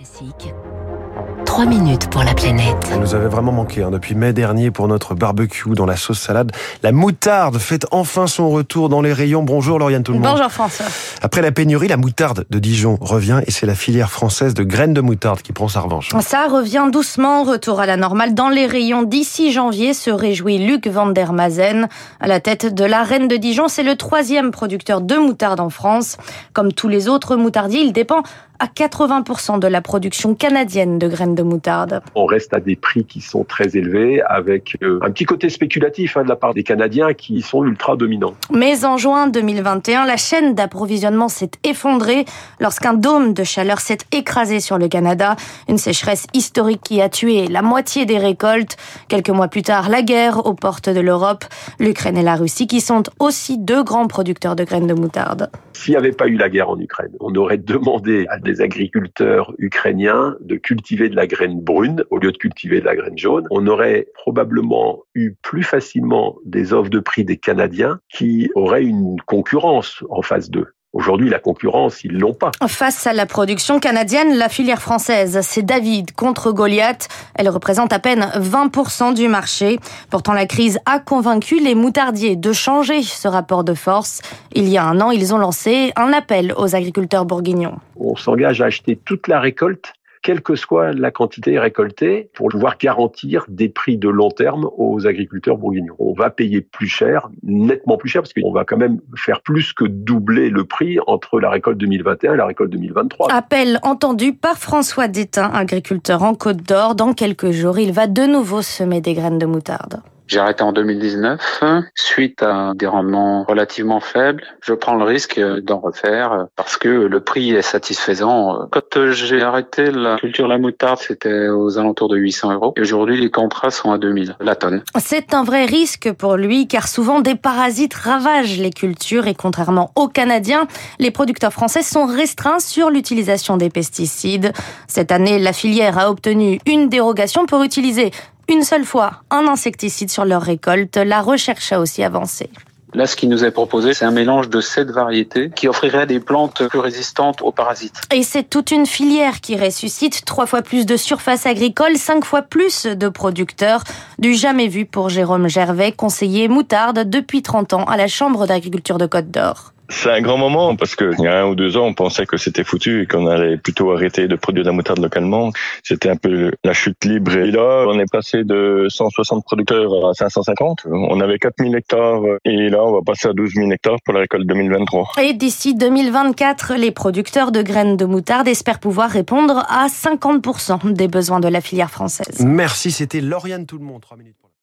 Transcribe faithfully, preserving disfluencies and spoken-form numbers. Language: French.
Classique. Trois minutes pour la planète. Ça nous avait vraiment manqué hein, depuis mai dernier pour notre barbecue dans la sauce salade. La moutarde fait enfin son retour dans les rayons. Bonjour Lauriane tout le monde. Bonjour François. Après la pénurie, la moutarde de Dijon revient et c'est la filière française de graines de moutarde qui prend sa revanche. Ça revient doucement, retour à la normale dans les rayons d'ici janvier, se réjouit Luc van der Mazen. À la tête de la Reine de Dijon, c'est le troisième producteur de moutarde en France. Comme tous les autres moutardiers, il dépend à quatre-vingts pour cent de la production canadienne de graines de moutarde. On reste à des prix qui sont très élevés avec euh, un petit côté spéculatif hein, de la part des Canadiens qui sont ultra dominants. Mais en juin deux mille vingt et un, la chaîne d'approvisionnement s'est effondrée lorsqu'un dôme de chaleur s'est écrasé sur le Canada. Une sécheresse historique qui a tué la moitié des récoltes. Quelques mois plus tard, la guerre aux portes de l'Europe. L'Ukraine et la Russie qui sont aussi deux grands producteurs de graines de moutarde. S'il n'y avait pas eu la guerre en Ukraine, on aurait demandé à des agriculteurs ukrainiens de cultiver de la graine brune au lieu de cultiver de la graine jaune. On aurait probablement eu plus facilement des offres de prix des Canadiens qui auraient une concurrence en phase deux. Aujourd'hui, la concurrence, ils l'ont pas. Face à la production canadienne, la filière française, c'est David contre Goliath. Elle représente à peine vingt pour cent du marché. Pourtant, la crise a convaincu les moutardiers de changer ce rapport de force. Il y a un an, ils ont lancé un appel aux agriculteurs bourguignons. On s'engage à acheter toute la récolte, quelle que soit la quantité récoltée, pour pouvoir garantir des prix de long terme aux agriculteurs bourguignons. On va payer plus cher, nettement plus cher, parce qu'on va quand même faire plus que doubler le prix entre la récolte deux mille vingt et un et la récolte deux mille vingt-trois. Appel entendu par François Détain, agriculteur en Côte d'Or. Dans quelques jours, il va de nouveau semer des graines de moutarde. J'ai arrêté en deux mille dix-neuf, suite à des rendements relativement faibles. Je prends le risque d'en refaire parce que le prix est satisfaisant. Quand j'ai arrêté la culture de la moutarde, c'était aux alentours de huit cents euros. Et aujourd'hui, les contrats sont à deux mille la tonne. C'est un vrai risque pour lui, car souvent des parasites ravagent les cultures et contrairement aux Canadiens, les producteurs français sont restreints sur l'utilisation des pesticides. Cette année, la filière a obtenu une dérogation pour utiliser une seule fois un insecticide sur leur récolte. La recherche a aussi avancé. Là, ce qui nous est proposé, c'est un mélange de sept variétés qui offrirait des plantes plus résistantes aux parasites. Et c'est toute une filière qui ressuscite trois fois plus de surface agricole, cinq fois plus de producteurs. Du jamais vu pour Jérôme Gervais, conseiller moutarde depuis trente ans à la Chambre d'agriculture de Côte d'Or. C'est un grand moment parce que il y a un ou deux ans, on pensait que c'était foutu et qu'on allait plutôt arrêter de produire de la moutarde localement. C'était un peu la chute libre. Et là, on est passé de cent soixante producteurs à cinq cent cinquante. On avait quatre mille hectares et là, on va passer à douze mille hectares pour la récolte deux mille vingt-trois. Et d'ici deux mille vingt-quatre, les producteurs de graines de moutarde espèrent pouvoir répondre à cinquante pour cent des besoins de la filière française. Merci, c'était Lauriane tout le monde. Trois minutes.